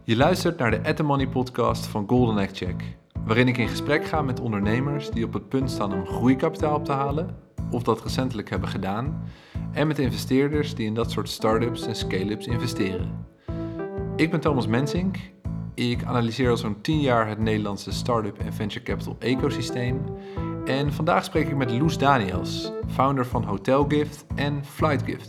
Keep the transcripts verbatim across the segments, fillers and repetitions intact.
Je luistert naar de At The Money podcast van Golden Egg Check, waarin ik in gesprek ga met ondernemers die op het punt staan om groeikapitaal op te halen, of dat recentelijk hebben gedaan, en met investeerders die in dat soort start-ups en scale-ups investeren. Ik ben Thomas Mensink. Ik analyseer al zo'n tien jaar het Nederlandse start-up en venture capital ecosysteem. En vandaag spreek ik met Loes Daniels, founder van Hotelgift en Flightgift.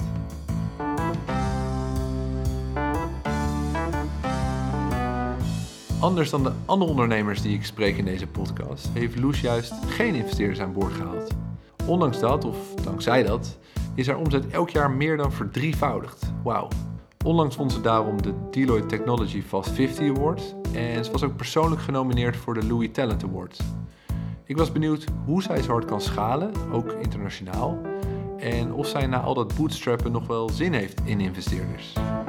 Anders dan de andere ondernemers die ik spreek in deze podcast, heeft Loes juist geen investeerders aan boord gehaald. Ondanks dat, of dankzij dat, is haar omzet elk jaar meer dan verdrievoudigd. Wauw. Onlangs won ze daarom de Deloitte Technology Fast vijftig Award en ze was ook persoonlijk genomineerd voor de Louis Talent Award. Ik was benieuwd hoe zij zo hard kan schalen, ook internationaal, en of zij na al dat bootstrappen nog wel zin heeft in investeerders.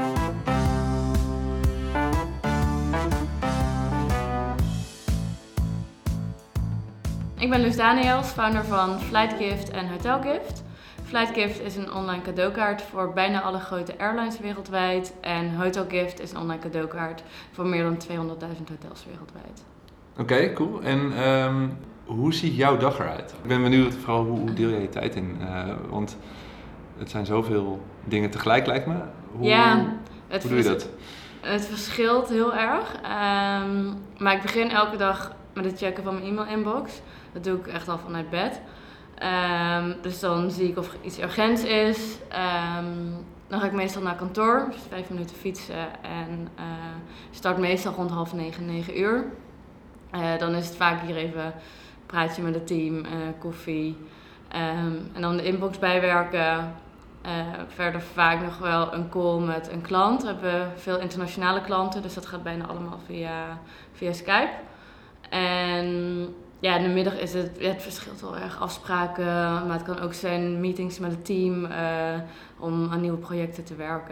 Ik ben Loes Daniels, founder van Flightgift en Hotelgift. Flightgift is een online cadeaukaart voor bijna alle grote airlines wereldwijd. En Hotelgift is een online cadeaukaart voor meer dan tweehonderdduizend hotels wereldwijd. Oké, okay, cool. En um, hoe ziet jouw dag eruit? Ik ben benieuwd vooral hoe, hoe deel jij je tijd in? Uh, want het zijn zoveel dingen tegelijk, lijkt me. Hoe, ja, het hoe doe je dat? Het verschilt heel erg. Um, maar ik begin elke dag met het checken van mijn e-mail-inbox. Dat doe ik echt al vanuit bed. Um, dus dan zie ik of er iets urgents is. Um, dan ga ik meestal naar kantoor, dus vijf minuten fietsen en uh, start meestal rond half negen, negen uur. Uh, dan is het vaak hier even een praatje met het team, uh, koffie um, en dan de inbox bijwerken. Uh, verder vaak nog wel een call met een klant. We hebben veel internationale klanten, dus dat gaat bijna allemaal via, via Skype. En ja, in de middag is het, ja, het verschilt wel erg, afspraken, maar het kan ook zijn meetings met het team uh, om aan nieuwe projecten te werken.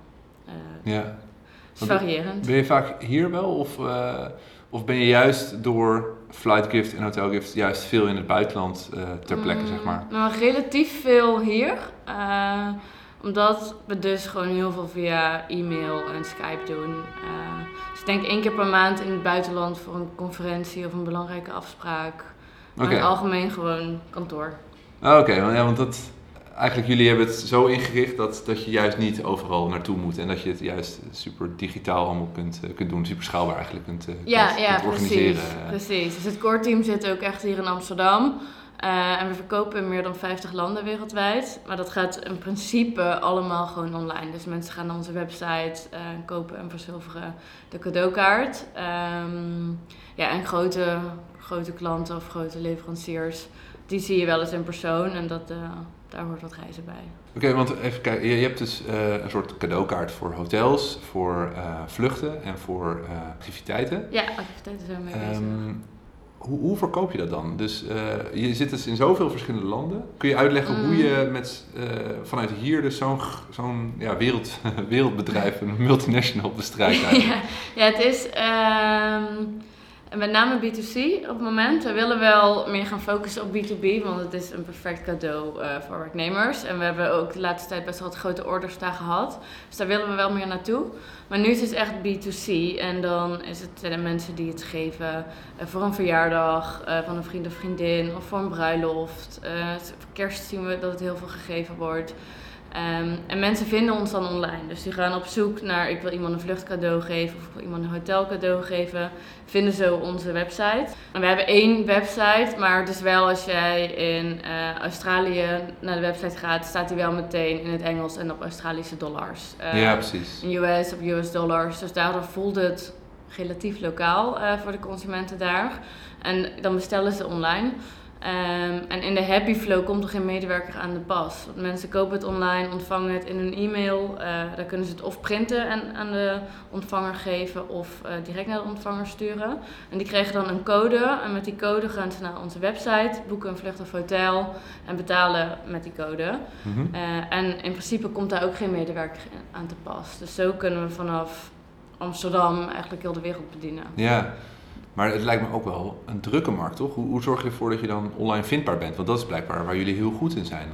Uh, ja. Het is variërend. Ben je vaak hier wel of, uh, of ben je juist door Flightgift en Hotelgift juist veel in het buitenland uh, ter plekke, mm, zeg maar? Nou, relatief veel hier. Uh, omdat we dus gewoon heel veel via e-mail en Skype doen. Uh, dus ik denk één keer per maand in het buitenland voor een conferentie of een belangrijke afspraak. Maar okay. In het algemeen gewoon kantoor. Oké, okay, ja, want dat, eigenlijk jullie hebben het zo ingericht dat, dat je juist niet overal naartoe moet. En dat je het juist super digitaal allemaal kunt, kunt doen, super schaalbaar eigenlijk kunt, ja, kunt, ja, kunt organiseren. Precies, precies. Dus het core team zit ook echt hier in Amsterdam. Uh, en we verkopen in meer dan vijftig landen wereldwijd. Maar dat gaat in principe allemaal gewoon online. Dus mensen gaan naar onze website, uh, kopen en verzilveren de cadeaukaart. Um, ja, en grote, grote klanten of grote leveranciers, die zie je wel eens in persoon. En dat, uh, daar hoort wat reizen bij. Oké, okay, want even kijken. Je, je hebt dus uh, een soort cadeaukaart voor hotels, voor uh, vluchten en voor uh, activiteiten. Ja, activiteiten zijn we mee bezig. Um, Hoe, hoe verkoop je dat dan? Dus uh, je zit dus in zoveel verschillende landen. Kun je uitleggen mm. hoe je met, uh, vanuit hier dus zo'n, zo'n ja, wereld, wereldbedrijf, een multinational bestrijdt? ja, ja, het is um, met name B twee C op het moment. We willen wel meer gaan focussen op B twee B, want het is een perfect cadeau uh, voor werknemers. En we hebben ook de laatste tijd best wel wat grote orders daar gehad. Dus daar willen we wel meer naartoe. Maar nu is het echt B twee C en dan is het, zijn er mensen die het geven uh, voor een verjaardag uh, van een vriend of vriendin of voor een bruiloft. Uh, voor kerst zien we dat het heel veel gegeven wordt. Um, en mensen vinden ons dan online, dus die gaan op zoek naar ik wil iemand een vluchtcadeau geven of ik wil iemand een hotelcadeau geven, vinden zo onze website. En we hebben één website, maar dus wel als jij in uh, Australië naar de website gaat, staat die wel meteen in het Engels en op Australische dollars. Uh, ja, precies. In U S op U S dollars, dus daardoor voelt het relatief lokaal uh, voor de consumenten daar. En dan bestellen ze online. Um, en in de happy flow komt er geen medewerker aan de pas. Want mensen kopen het online, ontvangen het in hun e-mail. Uh, daar kunnen ze het of printen en aan de ontvanger geven of uh, direct naar de ontvanger sturen. En die krijgen dan een code en met die code gaan ze naar onze website, boeken een vlucht of hotel en betalen met die code. Mm-hmm. Uh, en in principe komt daar ook geen medewerker aan te pas. Dus zo kunnen we vanaf Amsterdam eigenlijk heel de wereld bedienen. Ja. Maar het lijkt me ook wel een drukke markt, toch? Hoe, hoe zorg je ervoor dat je dan online vindbaar bent? Want dat is blijkbaar waar jullie heel goed in zijn dan. Uh,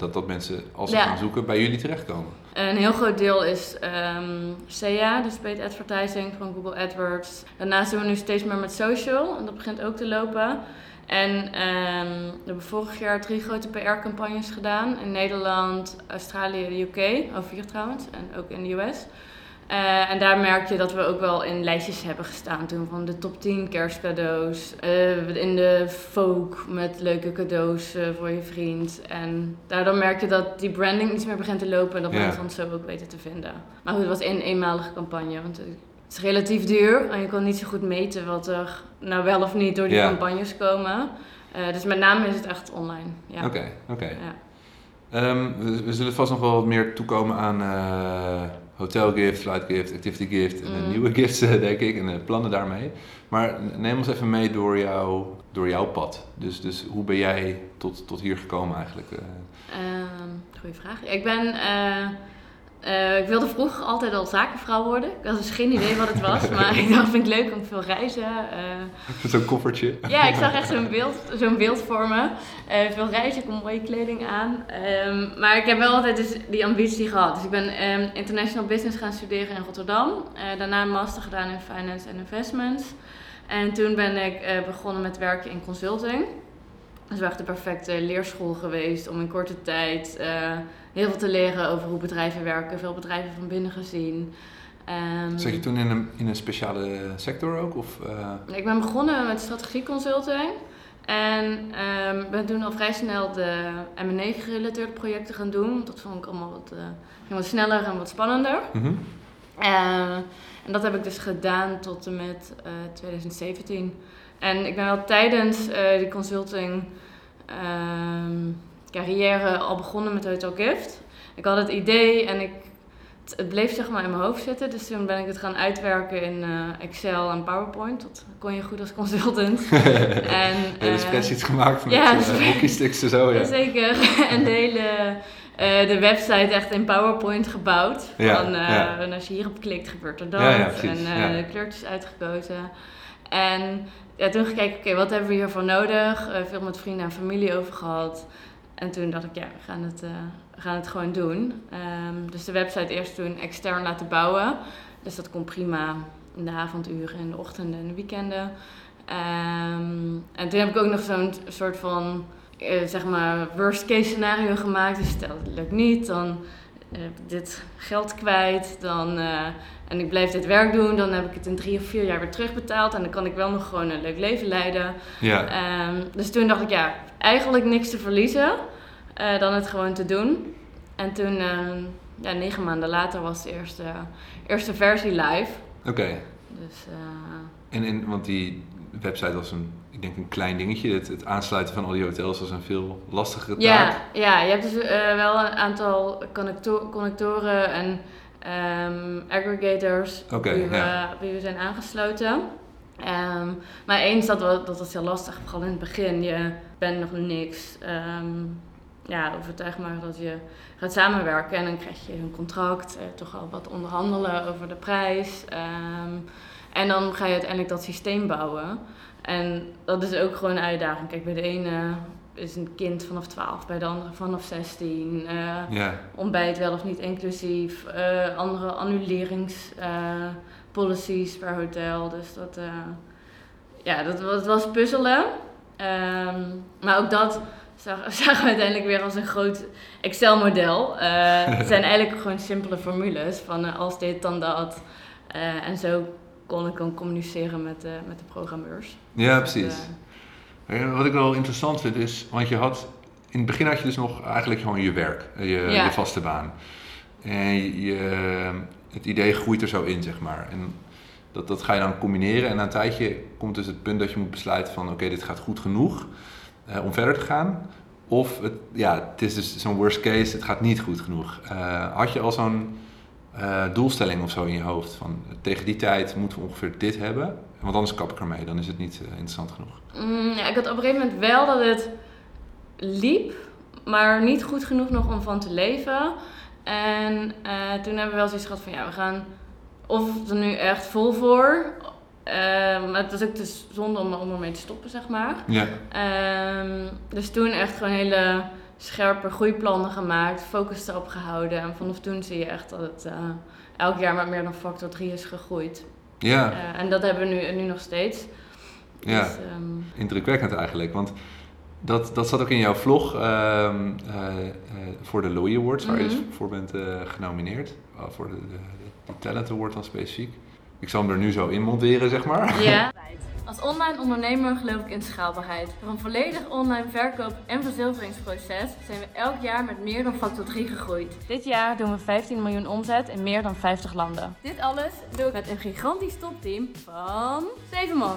dat, dat mensen, als ze Ja. gaan zoeken, bij jullie terechtkomen. Een heel groot deel is um, S E A, dus paid advertising van Google AdWords. Daarnaast doen we nu steeds meer met social en dat begint ook te lopen. En um, we hebben vorig jaar drie grote P R-campagnes gedaan in Nederland, Australië, de U K, over hier trouwens, en ook in de U S. Uh, en daar merk je dat we ook wel in lijstjes hebben gestaan toen van de top tien kerstcadeaus. Uh, in de Vogue met leuke cadeaus uh, voor je vriend. En daardoor merk je dat die branding iets meer begint te lopen en dat Ja. mensen ons zo ook weten te vinden. Maar goed, het was één eenmalige campagne, want het is relatief duur en je kon niet zo goed meten wat er nou wel of niet door die Ja. campagnes komen. Uh, dus met name is het echt online. Ja. Oké, okay, oké. Okay. Ja. Um, we, we zullen vast nog wel wat meer toekomen aan uh, hotelgift, flightgift, activity gift en mm. nieuwe gifts, denk ik, en uh, plannen daarmee. Maar neem ons even mee door, jou, door jouw pad. Dus, dus hoe ben jij tot, tot hier gekomen eigenlijk? Uh, um, goeie vraag. Ik ben... Uh, Uh, ik wilde vroeger altijd al zakenvrouw worden. Ik had dus geen idee wat het was, maar ik dacht, vind ik leuk om veel reizen. Uh, zo'n koffertje. Ja, ik zag echt zo'n beeld, zo'n beeld voor me. Uh, veel reizen, ik kom mooie kleding aan. Um, maar ik heb wel altijd dus die ambitie gehad. Dus ik ben um, international business gaan studeren in Rotterdam. Uh, daarna een master gedaan in finance en investments. En toen ben ik uh, begonnen met werken in consulting. Dat is echt de perfecte leerschool geweest om in korte tijd uh, heel veel te leren over hoe bedrijven werken, veel bedrijven van binnen gezien. Um, Zat je toen in een, in een speciale sector ook? Of, uh... Ik ben begonnen met strategieconsulting en um, ben toen al vrij snel de M en A gerelateerde projecten gaan doen. Dat vond ik allemaal wat, uh, ging wat sneller en wat spannender. Mm-hmm. Uh, en dat heb ik dus gedaan tot en met uh, twintig zeventien. En ik ben wel tijdens uh, die consulting uh, carrière al begonnen met Hotel Gift. Ik had het idee en ik, het, het bleef zeg maar in mijn hoofd zitten. Dus toen ben ik het gaan uitwerken in uh, Excel en PowerPoint. Dat kon je goed als consultant. en, hele uh, spreadsheets gemaakt met ja, uh, hockeysticks en zo. Ja. Zeker. En de hele uh, de website echt in PowerPoint gebouwd. Ja, van, uh, ja. En als je hierop klikt gebeurt er dat. Ja, ja, precies, en uh, ja. de kleurtjes uitgekozen. En ja, toen gekeken, oké, okay, wat hebben we hiervoor nodig? Uh, veel met vrienden en familie over gehad. En toen dacht ik, ja, we gaan het, uh, we gaan het gewoon doen. Um, dus de website eerst toen extern laten bouwen. Dus dat kon prima in de avonduren, in de ochtenden en de weekenden. Um, en toen heb ik ook nog zo'n soort van, uh, zeg maar, worst case scenario gemaakt. Dus stel het lukt niet, dan heb ik dit geld kwijt. Dan, uh, en ik blijf dit werk doen, dan heb ik het in drie of vier jaar weer terugbetaald. En dan kan ik wel nog gewoon een leuk leven leiden. Ja. Um, dus toen dacht ik, ja, eigenlijk niks te verliezen uh, dan het gewoon te doen. En toen, uh, ja, negen maanden later was de eerste, eerste versie live. Oké. Okay. Dus, uh, en, en, want die website was een, ik denk een klein dingetje. Het, het aansluiten van al die hotels was een veel lastigere taak. Ja, ja, je hebt dus uh, wel een aantal connector- connectoren en um, aggregators okay, wie, we, ja. wie we zijn aangesloten. Um, maar eens, dat was, dat was heel lastig, vooral in het begin. Je bent nog niks. Um, ja, overtuig maar dat je gaat samenwerken en dan krijg je een contract, uh, toch al wat onderhandelen over de prijs. Um, en dan ga je uiteindelijk dat systeem bouwen. En dat is ook gewoon een uitdaging. Kijk, bij de ene is een kind vanaf twaalf, bij de andere vanaf zestien. Uh, ja. Ontbijt wel of niet inclusief. Uh, andere annuleringspolicies uh, per hotel. Dus dat, uh, ja, dat, dat was puzzelen. Um, maar ook dat zagen we uiteindelijk weer als een groot Excel-model. Uh, het zijn eigenlijk gewoon simpele formules van uh, als dit, dan dat. Uh, en zo kon ik dan communiceren met, uh, met de programmeurs. Ja, dus precies. Dat, uh, Wat ik wel interessant vind is, want je had, in het begin had je dus nog eigenlijk gewoon je werk, je, ja. je vaste baan. En je, je, het idee groeit er zo in, zeg maar. En dat, dat ga je dan combineren en na een tijdje komt dus het punt dat je moet besluiten van oké, okay, dit gaat goed genoeg uh, om verder te gaan. Of het, ja, het is dus zo'n worst case, het gaat niet goed genoeg. Uh, had je al zo'n uh, doelstelling of zo in je hoofd van tegen die tijd moeten we ongeveer dit hebben? Want anders kap ik ermee, dan is het niet uh, interessant genoeg. Mm, ja, ik had op een gegeven moment wel dat het liep, maar niet goed genoeg nog om van te leven. En uh, toen hebben we wel zoiets gehad van ja, we gaan of er nu echt vol voor. Uh, maar het was ook te zonde om, om ermee te stoppen, zeg maar. Ja. Um, dus toen echt gewoon hele scherpe groeiplannen gemaakt, focus erop gehouden. En vanaf toen zie je echt dat het uh, elk jaar met meer dan factor drie is gegroeid. Ja. Uh, en dat hebben we nu, nu nog steeds. Ja, dus, um... indrukwekkend eigenlijk. Want dat, dat zat ook in jouw vlog uh, uh, uh, voor de Logie Awards, waar mm-hmm. je dus voor bent uh, genomineerd. Uh, voor de, de, de Talent Award dan specifiek. Ik zal hem er nu zo in monteren, zeg maar. Ja. Als online ondernemer geloof ik in schaalbaarheid. Door een volledig online verkoop- en verzilveringsproces zijn we elk jaar met meer dan factor drie gegroeid. Dit jaar doen we vijftien miljoen omzet in meer dan vijftig landen. Dit alles doe ik met een gigantisch topteam van zeven man.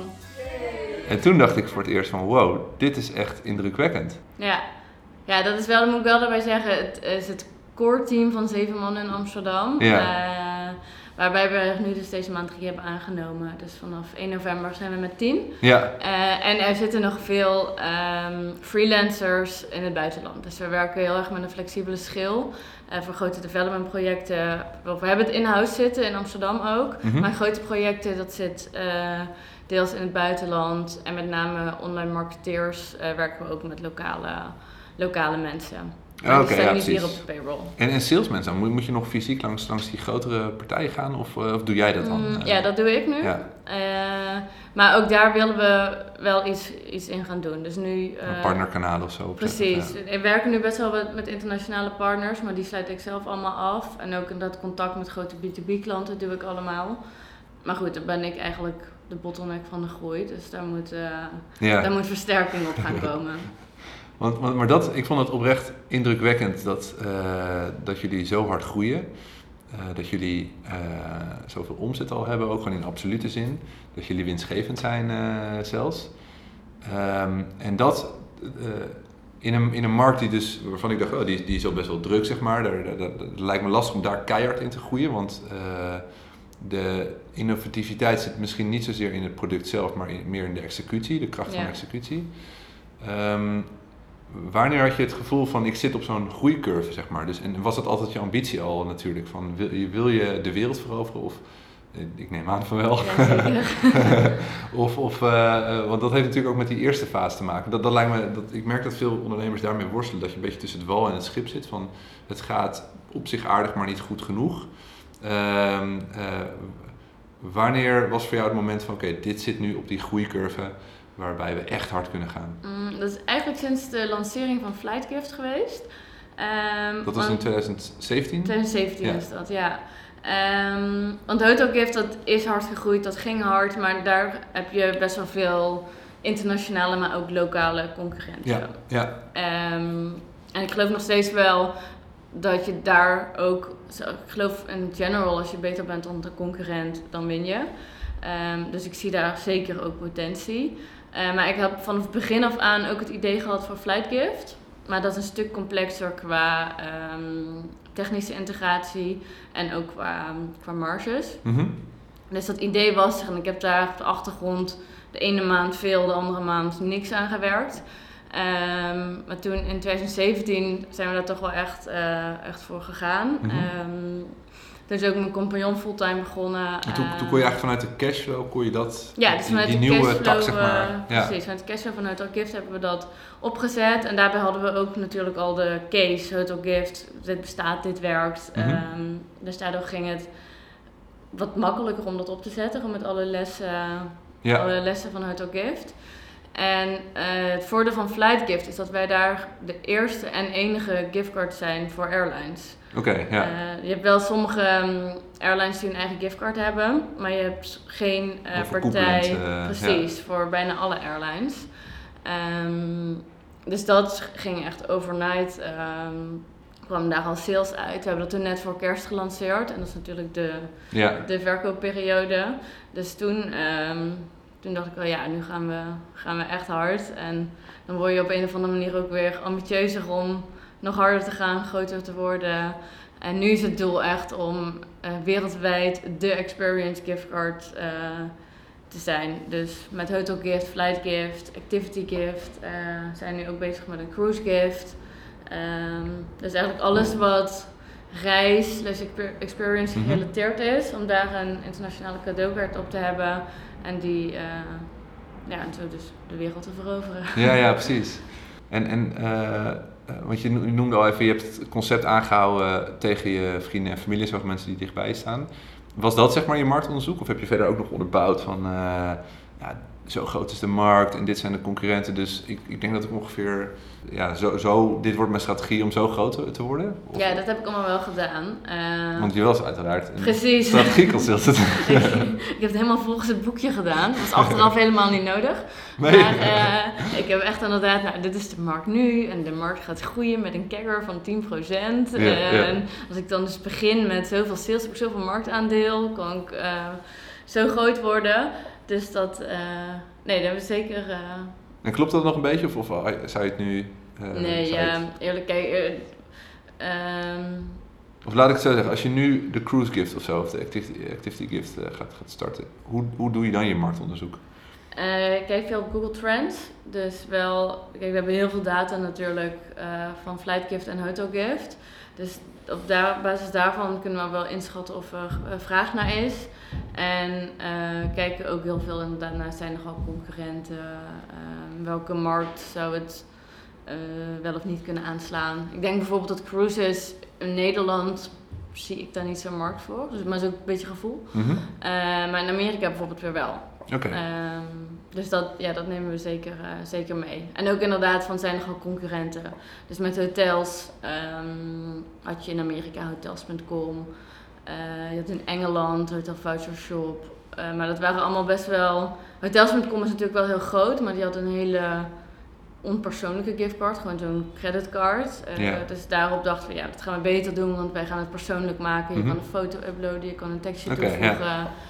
En toen dacht ik voor het eerst van wow, dit is echt indrukwekkend. Ja, ja dat is wel, dat moet ik wel daarbij zeggen, het is het core team van zeven man in Amsterdam. Ja. Uh, Waarbij we nu dus deze maand drie hebben aangenomen. Dus vanaf één november zijn we met tien. Ja. Uh, en er zitten nog veel um, freelancers in het buitenland. Dus we werken heel erg met een flexibele schil. Uh, voor grote development projecten. We hebben het in-house zitten in Amsterdam ook. Mm-hmm. Maar grote projecten, dat zit uh, deels in het buitenland. En met name online marketeers uh, werken we ook met lokale, lokale mensen. Oké, okay, ja, niet precies. hier op de payroll. En, en salesmensen dan? Moet, moet je nog fysiek langs, langs die grotere partijen gaan of, of doe jij dat dan? Mm, ja, dat doe ik nu. Ja. Uh, maar ook daar willen we wel iets, iets in gaan doen. Dus nu, uh, een partnerkanaal of zo. Precies. Ja. We werken nu best wel met, met internationale partners, maar die sluit ik zelf allemaal af. En ook in dat contact met grote B twee B klanten doe ik allemaal. Maar goed, dan ben ik eigenlijk de bottleneck van de groei. Dus daar moet, uh, ja. daar moet versterking op gaan komen. Want, want, maar dat, ik vond het oprecht indrukwekkend dat, uh, dat jullie zo hard groeien. Uh, dat jullie uh, zoveel omzet al hebben, ook gewoon in absolute zin. Dat jullie winstgevend zijn uh, zelfs. Um, en dat uh, in, een, in een markt die dus, waarvan ik dacht, oh, die, die is al best wel druk, zeg maar. Daar, daar, daar, het lijkt me lastig om daar keihard in te groeien, want uh, de innovativiteit zit misschien niet zozeer in het product zelf, maar in, meer in de executie, de kracht ja. van de executie. Um, Wanneer had je het gevoel van ik zit op zo'n groeicurve, zeg maar? Dus, en was dat altijd je ambitie al natuurlijk? Van, wil, je, wil je de wereld veroveren? Of, ik neem aan van wel. Ja, of, of, uh, want dat heeft natuurlijk ook met die eerste fase te maken. Dat, dat lijkt me, dat, ik merk dat veel ondernemers daarmee worstelen. Dat je een beetje tussen het wal en het schip zit. Van, het gaat op zich aardig, maar niet goed genoeg. Uh, uh, wanneer was voor jou het moment van oké, okay, dit zit nu op die groeicurve waarbij we echt hard kunnen gaan? Mm, dat is eigenlijk sinds de lancering van Flightgift geweest. Um, dat was in twintig zeventien? twintig zeventien ja. is dat, ja. Um, want HotelGift, dat is hard gegroeid, dat ging hard, maar daar heb je best wel veel internationale, maar ook lokale concurrenten. Ja, ja. Um, en ik geloof nog steeds wel dat je daar ook, ik geloof in general, als je beter bent dan de concurrent, dan win je. Um, dus ik zie daar zeker ook potentie. Uh, maar ik heb vanaf het begin af aan ook het idee gehad voor Flightgift. Maar dat is een stuk complexer qua um, technische integratie en ook qua, qua marges. Mm-hmm. Dus dat idee was er en ik heb daar op de achtergrond de ene maand veel, de andere maand niks aan gewerkt. Um, maar toen in twintig zeventien zijn we daar toch wel echt, uh, echt voor gegaan. Mm-hmm. Um, Toen is ook mijn compagnon fulltime begonnen. En toen, toen kon je eigenlijk vanuit de cashflow, kon je dat, ja, dus vanuit die, die de nieuwe cashflow, tak, zeg maar. Ja. Precies, vanuit de cashflow van HotelGift hebben we dat opgezet. En daarbij hadden we ook natuurlijk al de case, HotelGift, dit bestaat, dit werkt. Mm-hmm. Um, dus daardoor ging het wat makkelijker om dat op te zetten, gewoon met alle lessen, ja. alle lessen van HotelGift. En uh, het voordeel van Flightgift is dat wij daar de eerste en enige giftcard zijn voor airlines. Oké, okay, ja. Uh, je hebt wel sommige um, airlines die een eigen giftcard hebben, maar je hebt geen uh, partij, uh, precies, ja. voor bijna alle airlines. Um, dus dat ging echt overnight, um, kwam daar al sales uit. We hebben dat toen net voor kerst gelanceerd en dat is natuurlijk de, ja. de verkoopperiode. Dus toen, um, toen dacht ik wel, ja, nu gaan we, gaan we echt hard. En dan word je op een of andere manier ook weer ambitieuzer om nog harder te gaan, groter te worden. En nu is het doel echt om uh, wereldwijd de experience giftcard uh, te zijn. Dus met HotelGift, Flightgift, ActivityGift, uh, zijn nu ook bezig met een cruisegift. Um, dus eigenlijk alles wat reis, dus experience gerelateerd is, om daar een internationale cadeaukaart op te hebben en die, uh, ja, en zo dus de wereld te veroveren. Ja, ja, precies. En, en uh, uh, want je noemde al even, je hebt het concept aangehouden tegen je vrienden en familie, zoals mensen die dichtbij je staan. Was dat zeg maar je marktonderzoek of heb je verder ook nog onderbouwd van uh, ja, zo groot is de markt en dit zijn de concurrenten, dus ik, ik denk dat ik ongeveer, ja, zo, zo, dit wordt mijn strategie om zo groot te, te worden? Of, ja, dat heb ik allemaal wel gedaan. Uh, want je was uiteraard een precies. strategieconsultant. ik, ik heb het helemaal volgens het boekje gedaan, dat was achteraf helemaal niet nodig. Nee. Maar uh, ik heb echt inderdaad, nou, dit is de markt nu en de markt gaat groeien met een C A G R van tien procent. Ja, uh, ja. Als ik dan dus begin met zoveel sales, heb ik zoveel marktaandeel, kan ik uh, zo groot worden. Dus dat, uh, nee, dat hebben we zeker... Uh... En klopt dat nog een beetje of, of zou je het nu... Uh, nee, ja, het... eerlijk, kijk... Uh, um... Of laat ik het zo zeggen, als je nu de Cruise Gift of zo, of de Activity, activity Gift uh, gaat, gaat starten, hoe, hoe doe je dan je marktonderzoek? Uh, ik kijk veel op Google Trends, dus wel, kijk, we hebben heel veel data natuurlijk uh, van Flight Gift en Hotel Gift. Dus op daar, basis daarvan kunnen we wel inschatten of er uh, vraag naar is. En uh, kijken ook heel veel inderdaad naar, zijn er al concurrenten, uh, welke markt zou het uh, wel of niet kunnen aanslaan. Ik denk bijvoorbeeld dat cruises in Nederland, zie ik daar niet zo'n markt voor, dus, maar dat is ook een beetje gevoel. Mm-hmm. Uh, maar in Amerika bijvoorbeeld weer wel. Okay. Um, dus dat, ja, dat nemen we zeker, uh, zeker mee. En ook inderdaad van zijn er gewoon concurrenten. Dus met hotels um, had je in Amerika hotels punt com. Uh, je had in Engeland Hotel Voucher Shop. Uh, maar dat waren allemaal best wel... hotels punt com is natuurlijk wel heel groot, maar die had een hele onpersoonlijke giftcard. Gewoon zo'n creditcard. Uh, yeah. Dus daarop dachten we, ja, dat gaan we beter doen, want wij gaan het persoonlijk maken. Je mm-hmm. kan een foto uploaden, je kan een tekstje okay, toevoegen.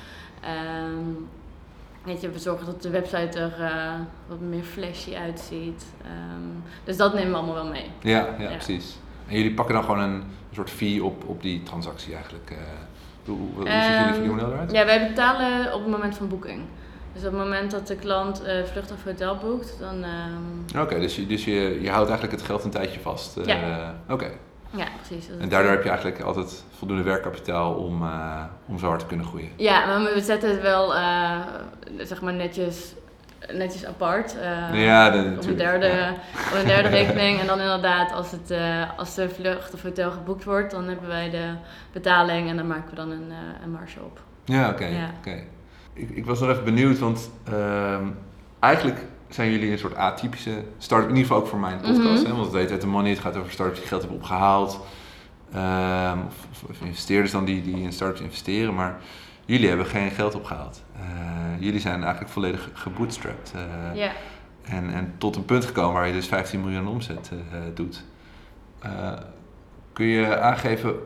Yeah. Um, Weet je, we zorgen dat de website er uh, wat meer flashy uitziet. Um, dus dat nemen we allemaal wel mee. Ja, ja, ja, precies. En jullie pakken dan gewoon een soort fee op, op die transactie eigenlijk. Uh, hoe hoe, hoe um, ziet jullie verdienmodel eruit? Ja, wij betalen op het moment van boeking. Dus op het moment dat de klant uh, vlucht of hotel boekt, dan... Um... Oké, okay, dus, je, dus je, je houdt eigenlijk het geld een tijdje vast. Uh, ja. Oké. Okay. Ja, precies. En daardoor heb je eigenlijk altijd voldoende werkkapitaal om, uh, om zo hard te kunnen groeien. Ja, maar we zetten het wel uh, zeg maar netjes, netjes apart. Uh, ja, de, op, een derde, ja. op een derde rekening. En dan inderdaad, als, het, uh, als de vlucht of hotel geboekt wordt, dan hebben wij de betaling en dan maken we dan een, uh, een marge op. Ja, oké. Okay, ja. okay. ik, ik was nog even benieuwd, want uh, eigenlijk... zijn jullie een soort atypische start-up, in ieder geval ook voor mijn podcast, mm-hmm. hè? Want het heet At The Money, het gaat over start-ups die geld hebben opgehaald, um, of, of investeerders dan die, die in start-ups investeren, maar jullie hebben geen geld opgehaald. Uh, jullie zijn eigenlijk volledig gebootstrapped uh, yeah. en, en tot een punt gekomen waar je dus vijftien miljoen omzet uh, doet. Uh, kun je aangeven,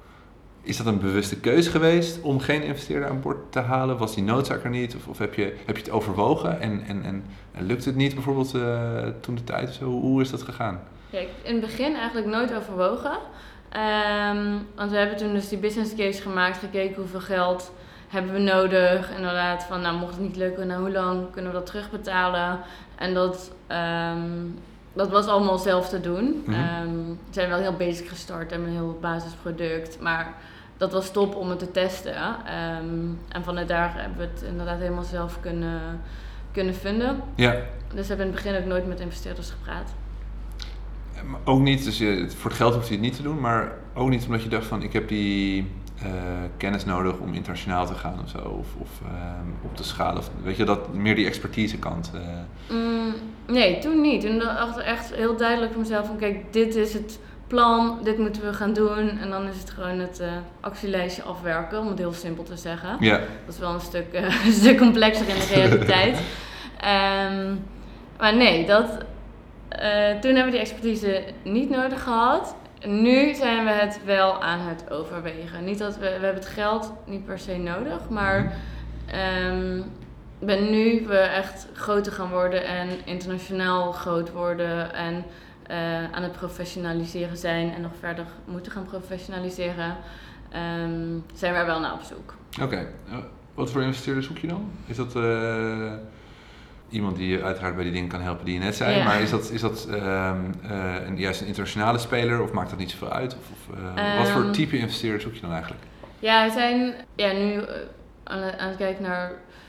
is dat een bewuste keuze geweest om geen investeerder aan boord te halen? Was die noodzaak er niet? Of, of heb, je, heb je het overwogen en, en, en, en lukt het niet bijvoorbeeld uh, toen de tijd of zo? Hoe is dat gegaan? Ja, in het begin eigenlijk nooit overwogen. Um, want we hebben toen dus die business case gemaakt, gekeken hoeveel geld hebben we nodig. Inderdaad van, nou mocht het niet lukken, nou hoe lang kunnen we dat terugbetalen? En dat... Um, Dat was allemaal zelf te doen. Mm-hmm. Um, we zijn wel heel basic gestart en met een heel basisproduct. Maar dat was top om het te testen. Um, en vanuit daar hebben we het inderdaad helemaal zelf kunnen, kunnen vinden. Ja. Dus we hebben in het begin ook nooit met investeerders gepraat. Maar ook niet, dus je, voor het geld hoeft je het niet te doen. Maar ook niet omdat je dacht van ik heb die uh, kennis nodig om internationaal te gaan of zo. Of, of um, op te schalen. Of, weet je, dat meer die expertise kant. Uh. Mm, nee, toen niet. Toen dacht ik echt heel duidelijk voor mezelf van kijk, dit is het plan, dit moeten we gaan doen. En dan is het gewoon het uh, actielijstje afwerken, om het heel simpel te zeggen. Ja. Dat is wel een stuk, uh, een stuk complexer in de realiteit. um, maar nee, dat, uh, toen hebben we die expertise niet nodig gehad. Nu zijn we het wel aan het overwegen. Niet dat we, we hebben het geld niet per se nodig, maar um, ben nu we echt groter gaan worden en internationaal groot worden en uh, aan het professionaliseren zijn en nog verder moeten gaan professionaliseren, um, zijn we er wel naar op zoek. Oké, okay. uh, wat voor investeerder zoek je dan? Is dat uh, iemand die je uiteraard bij die dingen kan helpen die je net zei, ja. maar is dat, is dat um, uh, een, juist een internationale speler of maakt dat niet zoveel uit? Of, of, uh, um, wat voor type investeerder zoek je dan eigenlijk? Ja, we zijn ja, nu uh, aan, aan het kijken naar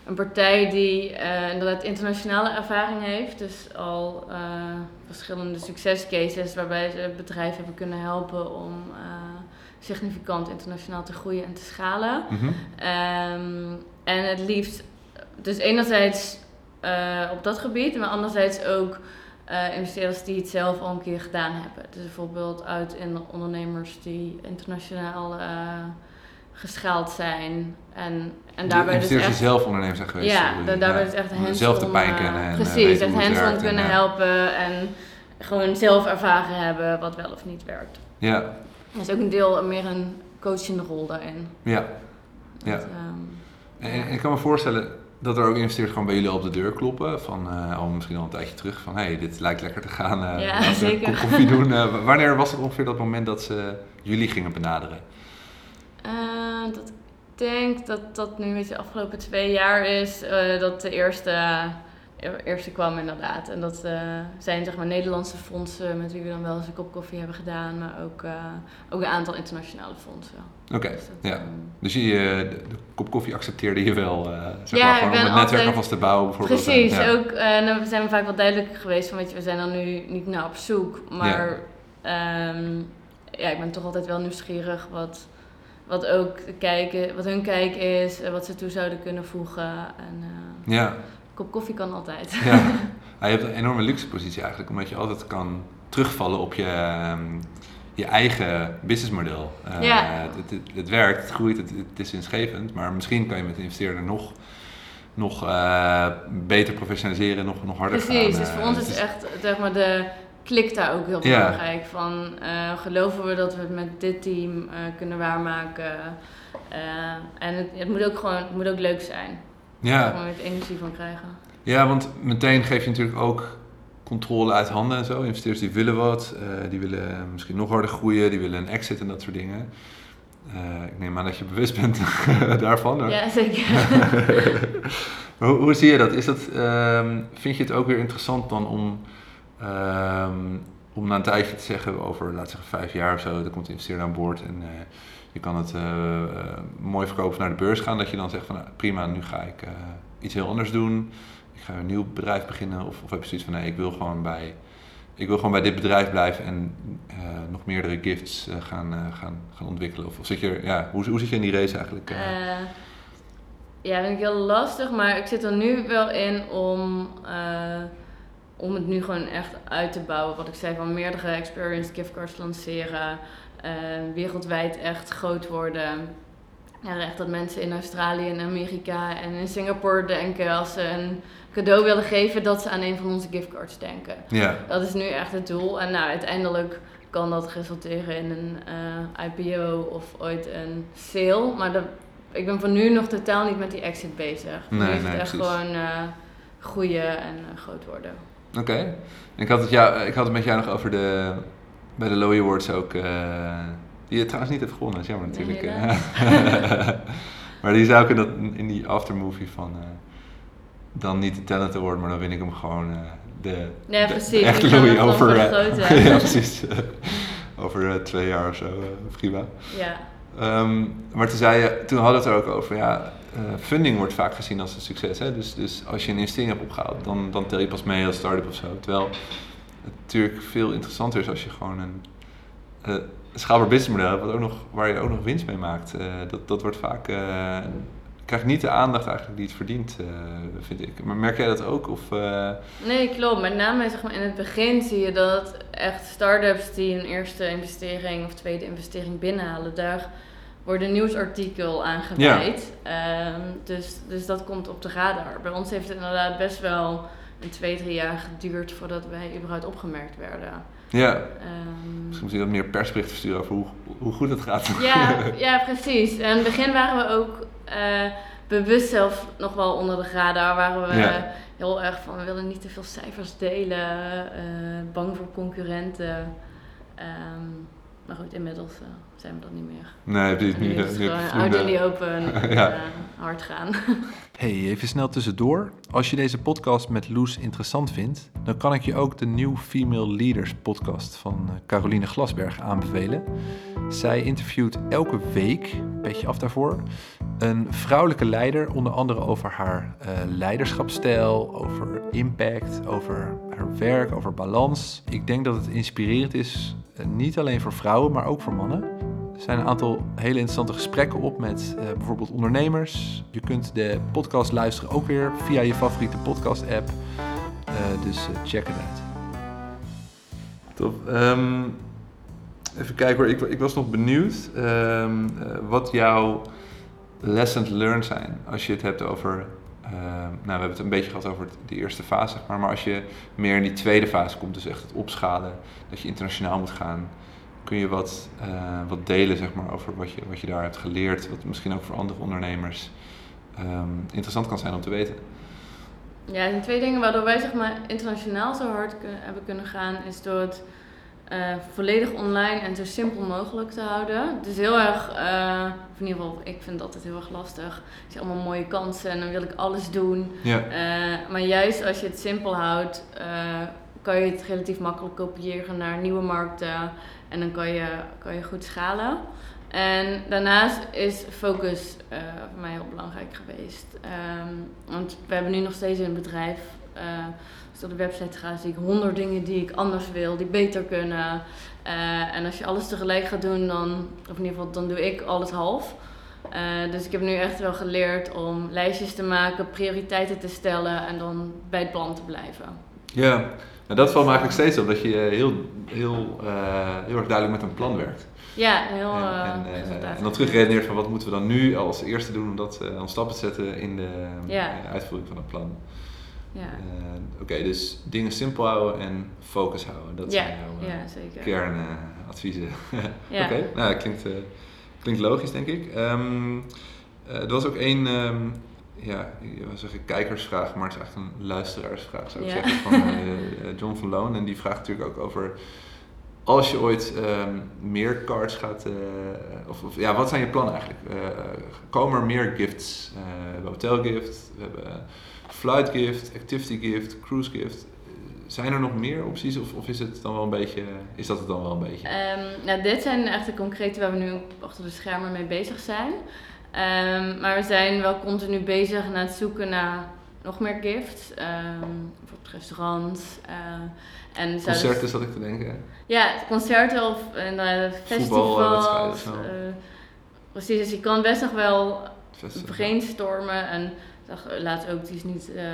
een partij die uh, inderdaad internationale ervaring heeft. Dus al uh, verschillende succescases waarbij ze het bedrijf hebben kunnen helpen om uh, significant internationaal te groeien en te schalen. Mm-hmm. Um, en het liefst, dus enerzijds uh, op dat gebied, maar anderzijds ook uh, investeerders die het zelf al een keer gedaan hebben. Dus bijvoorbeeld uit in ondernemers die internationaal uh, geschaald zijn. En, en daarbij dus echt... die zelf ondernemers zijn geweest. Ja, da- daarbij ja, dus echt hands-on... zelf de pijn kennen. En, precies, uh, echt hands-on kunnen en, helpen en gewoon zelf ervaren hebben wat wel of niet werkt. Ja. Er is ook een deel meer een coachende rol daarin. Ja. Ja. Dat, um, en, ja. en ik kan me voorstellen dat er ook investeerders gewoon bij jullie op de deur kloppen. Van uh, al misschien al een tijdje terug van hé, hey, dit lijkt lekker te gaan. Uh, ja, laten we zeker. een kop koffie doen. Uh, wanneer was het ongeveer dat moment dat ze jullie gingen benaderen? Uh, dat, ik denk dat dat nu een beetje de afgelopen twee jaar is. Uh, dat de eerste, uh, eerste kwam inderdaad. En dat uh, zijn zeg maar Nederlandse fondsen met wie we dan wel eens een kop koffie hebben gedaan. Maar ook, uh, ook een aantal internationale fondsen. Oké, okay, dus ja. Um, dus je, de, de kop koffie accepteerde je wel, uh, zeg ja, maar, gewoon om het netwerk altijd, alvast te bouwen bijvoorbeeld. Precies, ja. ook, uh, dan zijn we vaak wel duidelijk geweest van weet je, we zijn er nu niet naar op zoek. Maar ja. Um, ja, ik ben toch altijd wel nieuwsgierig wat, wat ook kijken, wat hun kijk is, wat ze toe zouden kunnen voegen. En, uh, ja. Een kop koffie kan altijd. Ja. Ja, je hebt een enorme luxe positie eigenlijk, omdat je altijd kan terugvallen op je, um, je eigen businessmodel. Uh, ja. het, het, het werkt, het groeit, het, het is winstgevend, maar misschien kan je met de investeerder nog, nog uh, beter professionaliseren, nog, nog harder Precies, gaan. Precies, dus voor ons is het echt zeg maar, de klik daar ook heel belangrijk. Ja. Van, uh, geloven we dat we het met dit team uh, kunnen waarmaken? Uh, en het, het, moet ook gewoon, het moet ook leuk zijn. Ja. Daar gewoon weer energie van krijgen. Ja, want meteen geef je natuurlijk ook controle uit handen en zo. Investeerders die willen wat, uh, die willen misschien nog harder groeien, die willen een exit en dat soort dingen. Uh, ik neem aan dat je bewust bent daarvan. Hoor. Ja, zeker. hoe, hoe zie je dat? Is dat um, vind je het ook weer interessant dan om, um, om na een tijdje te zeggen over, laten we zeggen, vijf jaar of zo, dan komt de investeerder aan boord en uh, je kan het uh, uh, mooi verkopen naar de beurs gaan, dat je dan zegt van nou, prima, nu ga ik uh, iets heel anders doen. Ik ga een nieuw bedrijf beginnen of, of heb je zoiets van nee, ik wil gewoon bij, ik wil gewoon bij dit bedrijf blijven en uh, nog meerdere gifts uh, gaan, uh, gaan, gaan ontwikkelen. Of, of zit je, ja, hoe, hoe zit je in die race eigenlijk? Uh? Uh, ja, vind ik heel lastig, maar ik zit er nu wel in om, uh, om het nu gewoon echt uit te bouwen. Wat ik zei, van meerdere experience giftcards lanceren, uh, wereldwijd echt groot worden. Ja, echt dat mensen in Australië en Amerika en in Singapore denken als ze een cadeau willen geven, dat ze aan een van onze giftcards denken. Ja. Dat is nu echt het doel. En nou, uiteindelijk kan dat resulteren in een uh, I P O of ooit een sale. Maar de, ik ben voor nu nog totaal niet met die exit bezig. Nee, nu is het nee, echt precies. gewoon uh, groeien en uh, groot worden. Oké. Okay. Ik had het jou, ik had het met jou nog over de, bij de Lowy Awards ook, uh, die je trouwens niet heeft gewonnen, dat is jammer natuurlijk. Nee, maar die zou ik in, dat, in die aftermovie van, uh, dan niet de Talent Award, maar dan win ik hem gewoon uh, de, ja, de, precies. de echte Lowy over, uh, ja, precies. over uh, twee jaar of zo, uh, prima. Ja. Um, maar toen, zei je, toen hadden we het er ook over, ja, uh, funding wordt vaak gezien als een succes. Hè? Dus, dus als je een investering hebt opgehaald, dan, dan tel je pas mee als start-up of zo. Terwijl het natuurlijk veel interessanter is als je gewoon een uh, schaalbaar businessmodel hebt, wat ook nog, waar je ook nog winst mee maakt. Uh, dat, dat wordt vaak, uh, krijgt niet de aandacht eigenlijk die het verdient, uh, vind ik. Maar merk jij dat ook? Of, uh... Nee, klopt. Met name zeg maar, in het begin zie je dat echt start-ups die een eerste investering of tweede investering binnenhalen, daar wordt een nieuwsartikel aan gewijd. Ja. Um, dus, dus dat komt op de radar. Bij ons heeft het inderdaad best wel een twee, drie jaar geduurd voordat wij überhaupt opgemerkt werden. Ja, um, misschien moet je wat meer persbericht versturen over hoe, hoe goed het gaat. Ja, ja, precies. En in het begin waren we ook uh, bewust zelf nog wel onder de radar. Waren we ja. heel erg van, we willen niet te veel cijfers delen, uh, bang voor concurrenten. Um, maar goed, inmiddels uh, zijn we dat niet meer. Nee, heb je het nu niet. is het gewoon out in the open, ja. uh, hard gaan. Hey, even snel tussendoor. Als je deze podcast met Loes interessant vindt, dan kan ik je ook de New Female Leaders podcast van Caroline Glasberg aanbevelen. Zij interviewt elke week, een beetje af daarvoor, een vrouwelijke leider, onder andere over haar uh, leiderschapsstijl, over impact, over haar werk, over balans. Ik denk dat het inspirerend is, uh, niet alleen voor vrouwen, maar ook voor mannen. Er zijn een aantal hele interessante gesprekken op met uh, bijvoorbeeld ondernemers. Je kunt de podcast luisteren ook weer via je favoriete podcast-app. Uh, dus uh, check het uit. Top. Um, even kijken hoor, ik, ik was nog benieuwd um, uh, wat jouw lessons learned zijn. Als je het hebt over, uh, nou we hebben het een beetje gehad over de eerste fase, zeg maar. Maar als je meer in die tweede fase komt, dus echt het opschalen, dat je internationaal moet gaan. Kun je wat, uh, wat delen zeg maar, over wat je, wat je daar hebt geleerd, wat misschien ook voor andere ondernemers um, interessant kan zijn om te weten? Ja, er zijn twee dingen waardoor wij zeg maar, internationaal zo hard kun, hebben kunnen gaan, is door het uh, volledig online en zo simpel mogelijk te houden. Het is heel erg, uh, of in ieder geval, ik vind het altijd heel erg lastig. Ik zie allemaal mooie kansen en dan wil ik alles doen. Ja. Uh, maar juist als je het simpel houdt, uh, kan je het relatief makkelijk kopiëren naar nieuwe markten. En dan kan je, kan je goed schalen. En daarnaast is focus uh, voor mij heel belangrijk geweest. Um, want we hebben nu nog steeds een bedrijf. Uh, als ik op de website ga, zie ik honderd dingen die ik anders wil, die beter kunnen. Uh, en als je alles tegelijk gaat doen, dan, of in ieder geval, dan doe ik alles half. Uh, dus ik heb nu echt wel geleerd om lijstjes te maken, prioriteiten te stellen en dan bij het plan te blijven. Ja, nou, dat valt me eigenlijk steeds op, dat je heel, heel, uh, heel erg duidelijk met een plan werkt. Ja, heel uh, en, uh, uh, en dan terugredeneert van wat moeten we dan nu als eerste doen om dat uh, om stappen te zetten in de ja. uh, uitvoering van het plan. Ja. Uh, Oké, okay, dus dingen simpel houden en focus houden. Dat ja. zijn jouw uh, ja, kernadviezen. Uh, ja. Oké, okay. Nou, dat klinkt, uh, klinkt logisch denk ik. Um, uh, er was ook één, um, ja, ik wil zeggen kijkersvraag, maar het is eigenlijk een luisteraarsvraag zou ik ja. zeggen, van uh, John van Loon. En die vraagt natuurlijk ook over, als je ooit um, meer cards gaat, uh, of, of ja, wat zijn je plannen eigenlijk? Uh, komen er meer gifts? Uh, we hebben hotelgift, we hebben flight gift, activity gift, cruise gift. Zijn er nog meer opties of, of is het dan wel een beetje, is dat het dan wel een beetje? Um, nou, dit zijn echt de concrete waar we nu achter de schermen mee bezig zijn. Um, maar we zijn wel continu bezig naar het zoeken naar nog meer gifts. Um, bijvoorbeeld restaurants. Uh, en concerten dus, zat ik te denken. Ja, concerten of uh, festivals. Uh, precies, dus je kan best nog wel Festival. brainstormen. En zag laatst ook, die is niet, uh,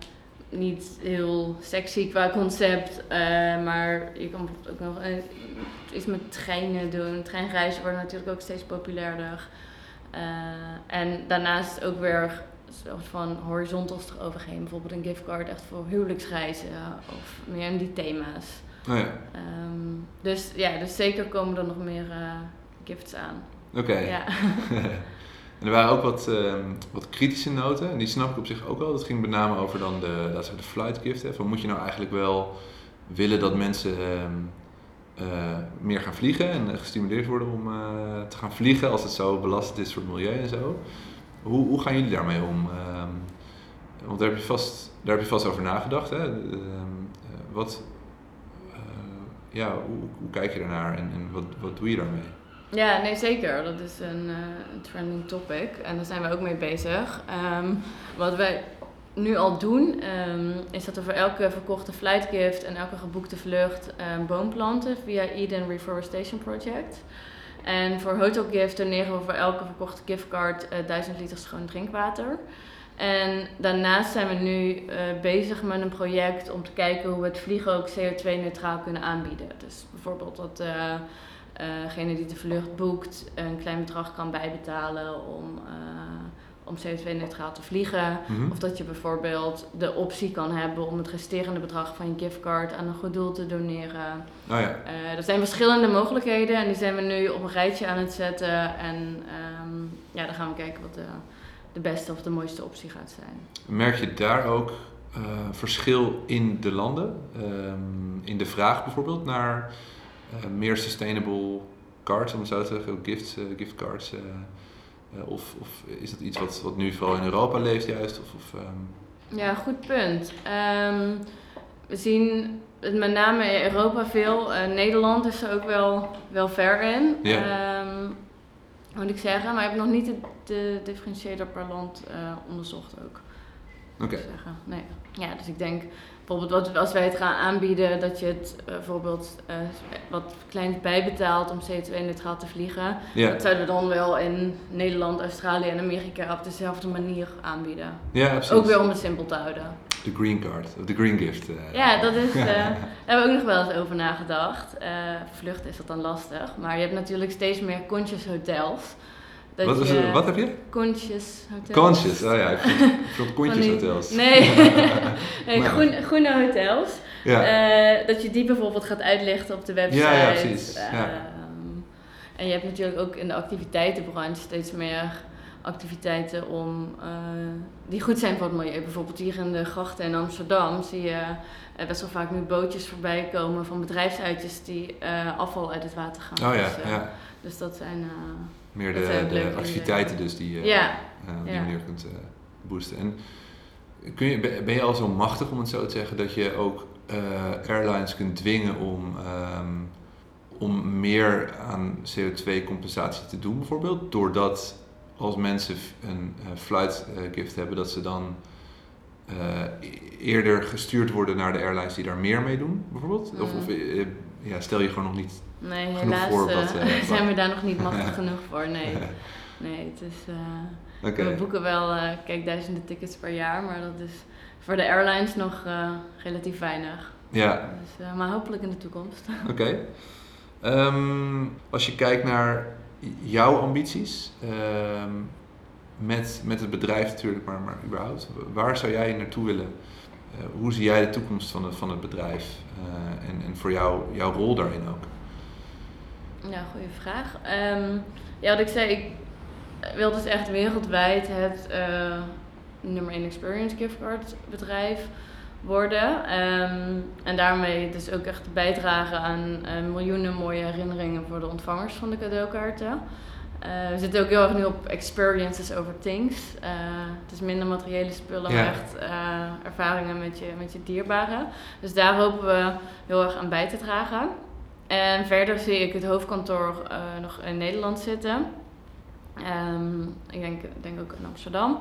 niet heel sexy qua concept. Uh, maar je kan ook nog uh, iets met treinen doen. Treinreizen worden natuurlijk ook steeds populairder. Uh, en daarnaast ook weer een soort van horizontals eroverheen. Bijvoorbeeld een giftcard echt voor huwelijksreizen of meer in die thema's. Oh ja. Um, dus ja, dus zeker komen er nog meer uh, gifts aan. Oké. Okay. Ja. En er waren ook wat, um, wat kritische noten en die snap ik op zich ook wel. Dat ging met name over dan de, laten we zeggen, de flight gift. Hè. Van, moet je nou eigenlijk wel willen dat mensen um, uh, meer gaan vliegen en gestimuleerd worden om uh, te gaan vliegen als het zo belastend is voor het milieu en zo. Hoe, hoe gaan jullie daarmee om? Um, want daar heb je vast, daar heb je vast over nagedacht. Hè? Um, uh, wat, uh, ja, hoe, hoe kijk je daarnaar en, en wat, wat doe je daarmee? Ja, nee zeker. Dat is een uh, trending topic en daar zijn we ook mee bezig. Um, wat wij nu al doen, um, is dat we voor elke verkochte flight gift en elke geboekte vlucht um, boom planten via Eden Reforestation Project. En voor hotel gift doneren we voor elke verkochte giftcard uh, duizend liter schoon drinkwater. En daarnaast zijn we nu uh, bezig met een project om te kijken hoe we het vliegen ook C O twee neutraal kunnen aanbieden. Dus bijvoorbeeld dat uh, degene uh, die de vlucht boekt een klein bedrag kan bijbetalen om, uh, om C O twee neutraal te vliegen. Mm-hmm. Of dat je bijvoorbeeld de optie kan hebben om het resterende bedrag van je giftcard aan een goed doel te doneren. Oh ja. Uh, er zijn verschillende mogelijkheden en die zijn we nu op een rijtje aan het zetten. En um, ja, dan gaan we kijken wat de, de beste of de mooiste optie gaat zijn. Merk je daar ook uh, verschil in de landen? Um, in de vraag bijvoorbeeld naar uh, meer sustainable cards, om het zo te zeggen, gifts, uh, giftcards. Uh, Uh, of, of is dat iets wat, wat nu vooral in Europa leeft juist? Of, of, um... Ja, goed punt. Um, we zien het met name in Europa veel. Uh, Nederland is er ook wel, wel ver in. Ja. Um, moet ik zeggen. Maar ik heb nog niet de, de differentiator per land uh, onderzocht ook. Oké. Okay. Nee. Ja, dus ik denk bijvoorbeeld wat, als wij het gaan aanbieden, dat je het uh, bijvoorbeeld uh, wat kleins bijbetaalt om C O twee neutraal te vliegen. Ja. Dat zouden we dan wel in Nederland, Australië en Amerika op dezelfde manier aanbieden. Ja, precies. Ook weer om het simpel te houden. De green card, of de green gift. Uh. Ja, dat is, uh, daar hebben we ook nog wel eens over nagedacht. Uh, vluchten is dat dan lastig, maar je hebt natuurlijk steeds meer conscious hotels. Dat wat, je, is, wat heb je? Conscious hotels. Conscious, oh ja, ik vond kontjes hotels. Nee, nee maar. groen, groene hotels. Ja. Uh, dat je die bijvoorbeeld gaat uitlichten op de website. Ja, ja precies. Uh, ja. En je hebt natuurlijk ook in de activiteitenbranche steeds meer activiteiten om, uh, die goed zijn voor het milieu. Bijvoorbeeld hier in de grachten in Amsterdam zie je uh, best wel vaak nu bootjes voorbij komen van bedrijfsuitjes die uh, afval uit het water gaan. Oh ja, dus, uh, ja. Dus dat zijn... Uh, Meer de, de activiteiten dus die je ja. uh, op die ja. manier kunt uh, boosten. En kun je, ben je al zo machtig om het zo te zeggen dat je ook uh, airlines kunt dwingen om, um, om meer aan C O twee compensatie te doen bijvoorbeeld? Doordat als mensen een uh, flight uh, gift hebben dat ze dan uh, eerder gestuurd worden naar de airlines die daar meer mee doen bijvoorbeeld? Mm. Of, of uh, ja, stel je gewoon nog niet... Nee, helaas voor wat, uh, zijn we daar nog niet machtig genoeg voor. Nee, nee het is, uh, okay. We boeken wel uh, kijk, duizenden tickets per jaar, maar dat is voor de airlines nog uh, relatief weinig. Ja. Dus, uh, maar hopelijk in de toekomst. Oké. Okay. Um, als je kijkt naar jouw ambities, um, met, met het bedrijf natuurlijk, maar, maar überhaupt, waar zou jij naartoe willen? Uh, hoe zie jij de toekomst van het, van het bedrijf uh, en, en voor jou, jouw rol daarin ook? Ja, goede vraag. Um, ja, wat ik zei, ik wil dus echt wereldwijd het uh, nummer één experience giftcard bedrijf worden. Um, en daarmee dus ook echt bijdragen aan uh, miljoenen mooie herinneringen voor de ontvangers van de cadeaukaarten. Uh, we zitten ook heel erg nu op experiences over things. Uh, het is minder materiële spullen, ja. maar echt uh, ervaringen met je, met je dierbaren. Dus daar hopen we heel erg aan bij te dragen. En verder zie ik het hoofdkantoor uh, nog in Nederland zitten. Um, ik denk, denk ook in Amsterdam.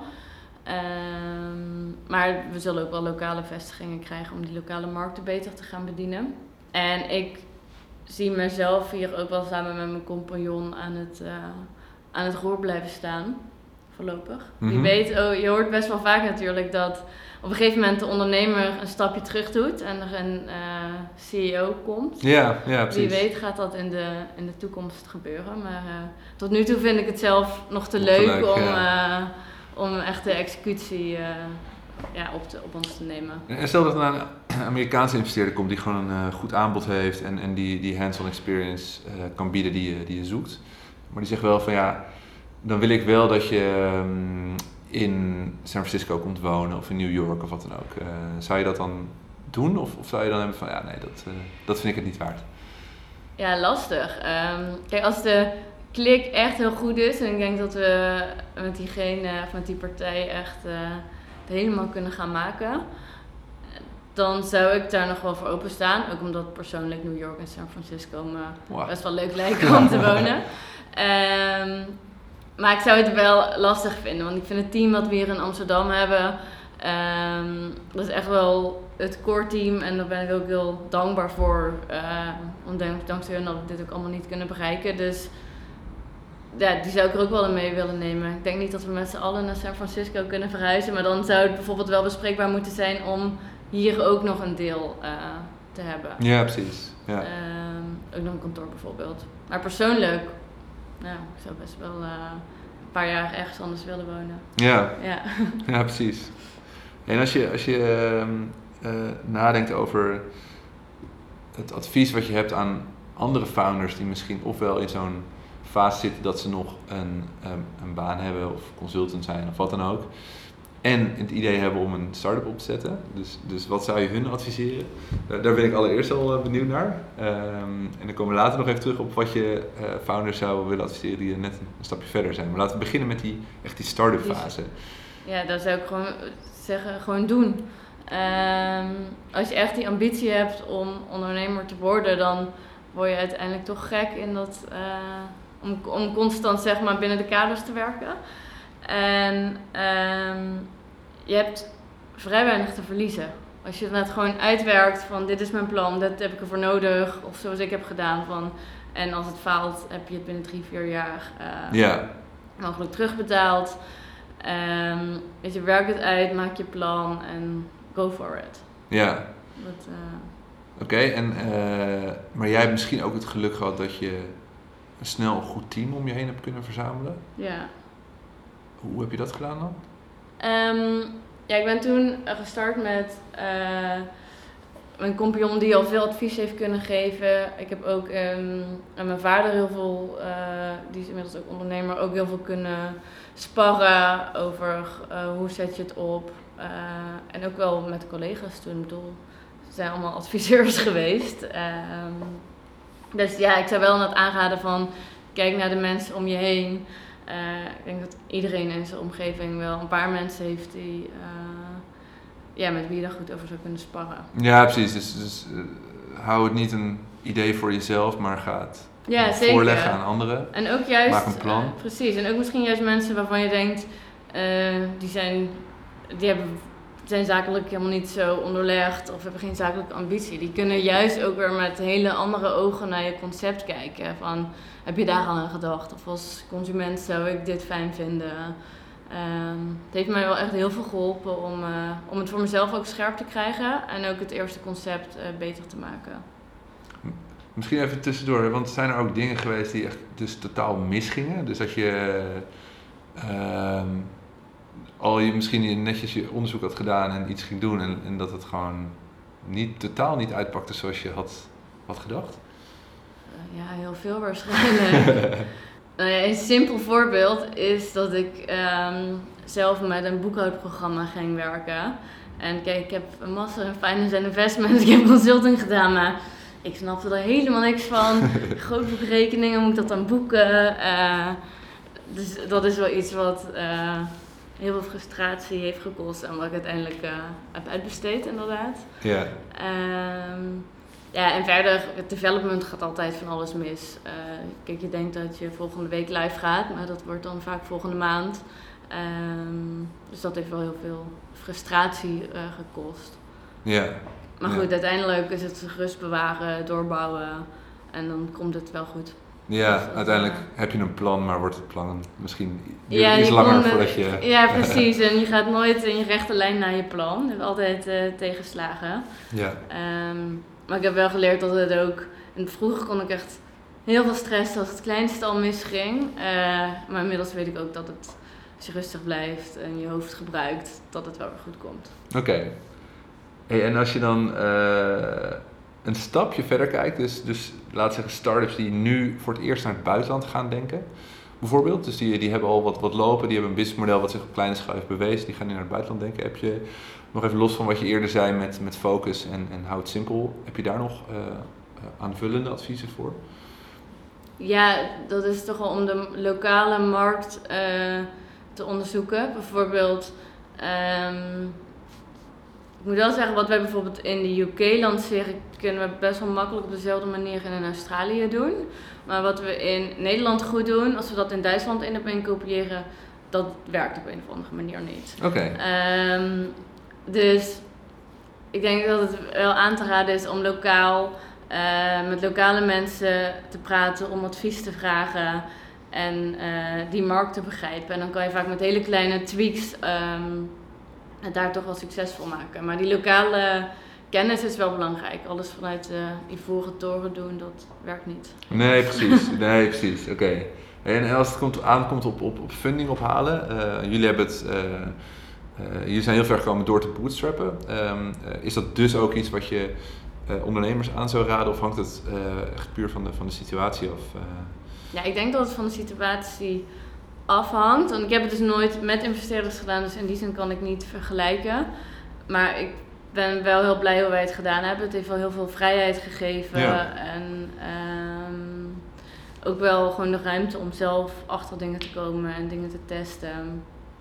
Um, maar we zullen ook wel lokale vestigingen krijgen om die lokale markten beter te gaan bedienen. En ik zie mezelf hier ook wel samen met mijn compagnon aan het, uh, aan het roer blijven staan. Voorlopig. Mm-hmm. Wie weet, oh, je hoort best wel vaak natuurlijk dat op een gegeven moment de ondernemer een stapje terug doet en er een uh, C E O komt. Ja, ja, precies. Wie weet gaat dat in de, in de toekomst gebeuren. Maar uh, tot nu toe vind ik het zelf nog te nog leuk, leuk om, ja. uh, om echt de executie uh, ja, op, te, op ons te nemen. En stel dat er een Amerikaanse investeerder komt die gewoon een uh, goed aanbod heeft en, en die, die hands-on experience uh, kan bieden die je, die je zoekt. Maar die zegt wel van ja, dan wil ik wel dat je um, in San Francisco komt wonen of in New York of wat dan ook. Uh, zou je dat dan doen of, of zou je dan hebben van ja nee, dat, uh, dat vind ik het niet waard? Ja, lastig. Um, kijk, als de klik echt heel goed is en ik denk dat we met diegene of met die partij echt uh, het helemaal kunnen gaan maken, dan zou ik daar nog wel voor openstaan. Ook omdat persoonlijk New York en San Francisco me wow. best wel leuk lijken om te wonen. Um, maar ik zou het wel lastig vinden, want ik vind het team wat we hier in Amsterdam hebben, um, dat is echt wel het core team en daar ben ik ook heel dankbaar voor. Uh, want dankzij hun dat we dit ook allemaal niet kunnen bereiken. Dus ja, die zou ik er ook wel in mee willen nemen. Ik denk niet dat we met z'n allen naar San Francisco kunnen verhuizen, maar dan zou het bijvoorbeeld wel bespreekbaar moeten zijn om hier ook nog een deel uh, te hebben. Ja, precies. Ja. Um, ook nog een kantoor bijvoorbeeld. Maar persoonlijk, nou, ik zou best wel uh, een paar jaar ergens anders willen wonen. Ja, ja. ja precies. En als je, als je uh, uh, nadenkt over het advies wat je hebt aan andere founders die misschien ofwel in zo'n fase zitten dat ze nog een, um, een baan hebben of consultant zijn of wat dan ook. en het idee hebben om een start-up op te zetten. Dus, dus wat zou je hun adviseren? Daar, daar ben ik allereerst al benieuwd naar. Um, en dan komen we later nog even terug op wat je uh, founders zou willen adviseren die net een stapje verder zijn. Maar laten we beginnen met die, echt die start-up fase. Ja, dat zou ik gewoon zeggen, gewoon doen. Um, als je echt die ambitie hebt om ondernemer te worden, dan word je uiteindelijk toch gek in dat, uh, om, om constant zeg maar binnen de kaders te werken. En um, je hebt vrij weinig te verliezen. Als je het gewoon uitwerkt van dit is mijn plan, dat heb ik ervoor nodig, of zoals ik heb gedaan. Van, en als het faalt, heb je het binnen drie, vier jaar uh, yeah. mogelijk terugbetaald. Um, dus je werkt het uit, maak je plan en go for it. Ja. Uh... Oké, okay, en uh, maar jij hebt misschien ook het geluk gehad dat je een snel goed team om je heen hebt kunnen verzamelen. Ja. Hoe heb je dat gedaan dan? Um, ja, ik ben toen gestart met uh, mijn compagnon die al veel advies heeft kunnen geven. Ik heb ook um, aan mijn vader heel veel, uh, die is inmiddels ook ondernemer, ook heel veel kunnen sparren over uh, hoe zet je het op. Uh, en ook wel met collega's toen. Ik bedoel, ze zijn allemaal adviseurs geweest. Uh, dus ja, ik zou wel net aanraden van kijk naar de mensen om je heen. Uh, ik denk dat iedereen in zijn omgeving wel een paar mensen heeft die, uh, ja, met wie je daar goed over zou kunnen sparren. Ja, precies. Dus, dus uh, hou het niet een idee voor jezelf, maar ga het ja, voorleggen aan anderen. En ook juist, maak een plan. Uh, precies. En ook misschien juist mensen waarvan je denkt, uh, die zijn, die hebben, zijn zakelijk helemaal niet zo onderlegd of hebben geen zakelijke ambitie. Die kunnen juist ook weer met hele andere ogen naar je concept kijken. Van, heb je daar al aan gedacht? Of als consument zou ik dit fijn vinden? Um, het heeft mij wel echt heel veel geholpen om, uh, om het voor mezelf ook scherp te krijgen. En ook het eerste concept uh, beter te maken. Misschien even tussendoor, want zijn er ook dingen geweest die echt dus totaal misgingen? Dus dat je uh, al je misschien netjes je onderzoek had gedaan en iets ging doen en, en dat het gewoon niet, totaal niet uitpakte zoals je had, had gedacht? Ja, heel veel waarschijnlijk. Nou ja, een simpel voorbeeld is dat ik um, zelf met een boekhoudprogramma ging werken. En kijk, ik heb een master in finance en investments, ik heb consulting gedaan, maar ik snapte er helemaal niks van. Grootboekrekeningen, moet ik dat dan boeken? Uh, dus dat is wel iets wat uh, heel veel frustratie heeft gekost en wat ik uiteindelijk uh, heb uitbesteed inderdaad. Ja. Um, Ja, en verder, het development gaat altijd van alles mis. Uh, kijk, je denkt dat je volgende week live gaat, maar dat wordt dan vaak volgende maand. Um, dus dat heeft wel heel veel frustratie uh, gekost. Ja. Maar ja. goed, uiteindelijk is het rust bewaren, doorbouwen en dan komt het wel goed. Ja, dus, uiteindelijk uh, heb je een plan, maar wordt het plan misschien ja, iets langer kon, voordat je... Ja, precies. En je gaat nooit in je rechte lijn naar je plan. Je hebt altijd uh, tegenslagen. Ja. Um, Maar ik heb wel geleerd dat het ook... En vroeger kon ik echt heel veel stressen als het kleinste al misging. Uh, maar inmiddels weet ik ook dat het, als je rustig blijft en je hoofd gebruikt, dat het wel weer goed komt. Oké. Okay. Hey, en als je dan uh, een stapje verder kijkt, dus, dus laat zeggen start-ups die nu voor het eerst naar het buitenland gaan denken, bijvoorbeeld. Dus die, die hebben al wat, wat lopen, die hebben een businessmodel wat zich op kleine schaal heeft bewezen, die gaan nu naar het buitenland denken. Heb je... Nog even los van wat je eerder zei met, met focus en, en houd simpel. Heb je daar nog uh, aanvullende adviezen voor? Ja, dat is toch wel om de lokale markt uh, te onderzoeken. Bijvoorbeeld, um, ik moet wel zeggen, wat wij bijvoorbeeld in de U K lanceren, kunnen we best wel makkelijk op dezelfde manier in Australië doen. Maar wat we in Nederland goed doen, als we dat in Duitsland in op kopiëren, dat werkt op een of andere manier niet. Oké. Okay. Um, Dus ik denk dat het wel aan te raden is om lokaal uh, met lokale mensen te praten, om advies te vragen en uh, die markt te begrijpen. En dan kan je vaak met hele kleine tweaks um, het daar toch wel succesvol maken. Maar die lokale kennis is wel belangrijk. Alles vanuit de Ivoren Toren doen, dat werkt niet. Nee, precies. Nee, precies. Oké. Okay. En als het komt, aankomt op, op, op funding ophalen, uh, jullie hebben het... Uh, Uh, jullie zijn heel ver gekomen door te bootstrappen. Um, uh, is dat dus ook iets wat je uh, ondernemers aan zou raden of hangt het uh, echt puur van de, van de situatie af? Uh? Ja, ik denk dat het van de situatie afhangt. Want ik heb het dus nooit met investeerders gedaan, dus in die zin kan ik niet vergelijken. Maar ik ben wel heel blij hoe wij het gedaan hebben. Het heeft wel heel veel vrijheid gegeven. Ja. En um, ook wel gewoon de ruimte om zelf achter dingen te komen en dingen te testen.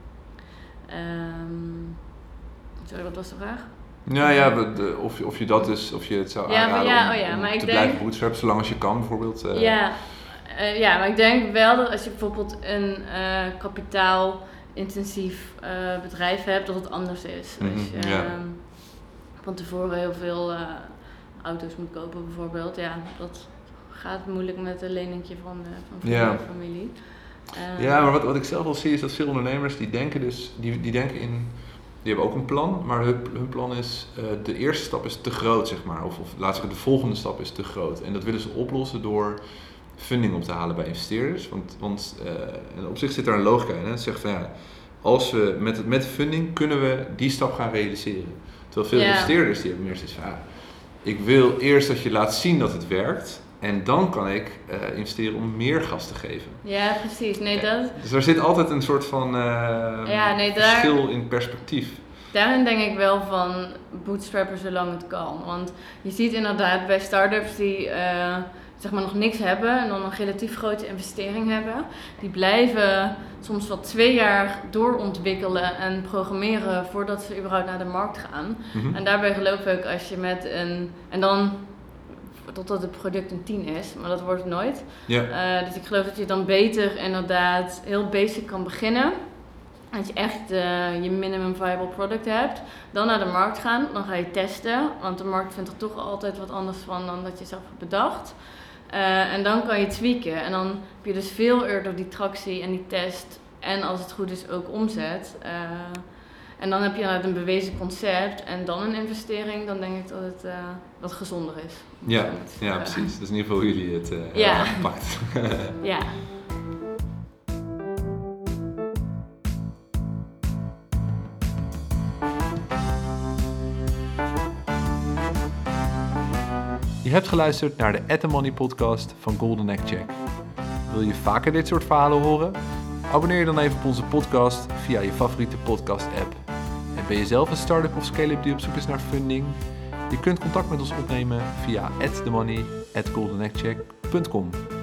Um, sorry, wat was de vraag? Nou ja, de, of, of je dat dus, of je het zou ja, aanraden ja, om, oh ja, om maar te ik blijven denk, bootstrappen, zolang als je kan bijvoorbeeld. Uh, ja, uh, ja, maar ik denk wel dat als je bijvoorbeeld een uh, kapitaal-intensief uh, bedrijf hebt, dat het anders is. Mm-hmm, als je ja. uh, van tevoren heel veel uh, auto's moet kopen bijvoorbeeld, ja, dat gaat moeilijk met een leningje van, uh, van vrienden Ja. en familie. Uh, Ja, maar wat, wat ik zelf wel zie is dat veel ondernemers die denken dus, die, die denken in, die hebben ook een plan, maar hun, hun plan is, uh, de eerste stap is te groot, zeg maar. Of, of laat zeggen, de volgende stap is te groot. En dat willen ze oplossen door funding op te halen bij investeerders. Want, want uh, en op zich zit daar een logica in. Hè? Het zegt van ja, als we met, met funding kunnen we die stap gaan realiseren. Terwijl veel Ja. investeerders die hebben meer zoiets van ja, ik wil eerst dat je laat zien dat het werkt. En dan kan ik uh, investeren om meer gas te geven. Ja, precies. Nee, dat... Dus er zit altijd een soort van uh, ja, nee, daar... verschil in perspectief. Daarin denk ik wel van bootstrappen zolang het kan. Want je ziet inderdaad bij start-ups die uh, zeg maar nog niks hebben en dan een relatief grote investering hebben. Die blijven soms wel twee jaar doorontwikkelen en programmeren voordat ze überhaupt naar de markt gaan. Mm-hmm. En daarbij geloof ik als je met een... En dan totdat het product een tien is, maar dat wordt het nooit. Ja. Uh, dus ik geloof dat je dan beter inderdaad heel basic kan beginnen. Dat je echt uh, je minimum viable product hebt. Dan naar de markt gaan, dan ga je testen. Want de markt vindt er toch altijd wat anders van dan dat je zelf hebt bedacht. Uh, en dan kan je tweaken. En dan heb je dus veel eerder die tractie en die test. En als het goed is ook omzet. Uh, en dan heb je inderdaad een bewezen concept. En dan een investering. Dan denk ik dat het uh, wat gezonder is. Ja, het, ja uh, precies. Dat is in ieder geval hoe jullie het uh, ja. aangepakt. Ja. Je hebt geluisterd naar de At The Money podcast van Golden Egg Check. Wil je vaker dit soort verhalen horen? Abonneer je dan even op onze podcast via je favoriete podcast app. En ben je zelf een start-up of scale-up die op zoek is naar funding? Je kunt contact met ons opnemen via at the money at golden egg check dot com.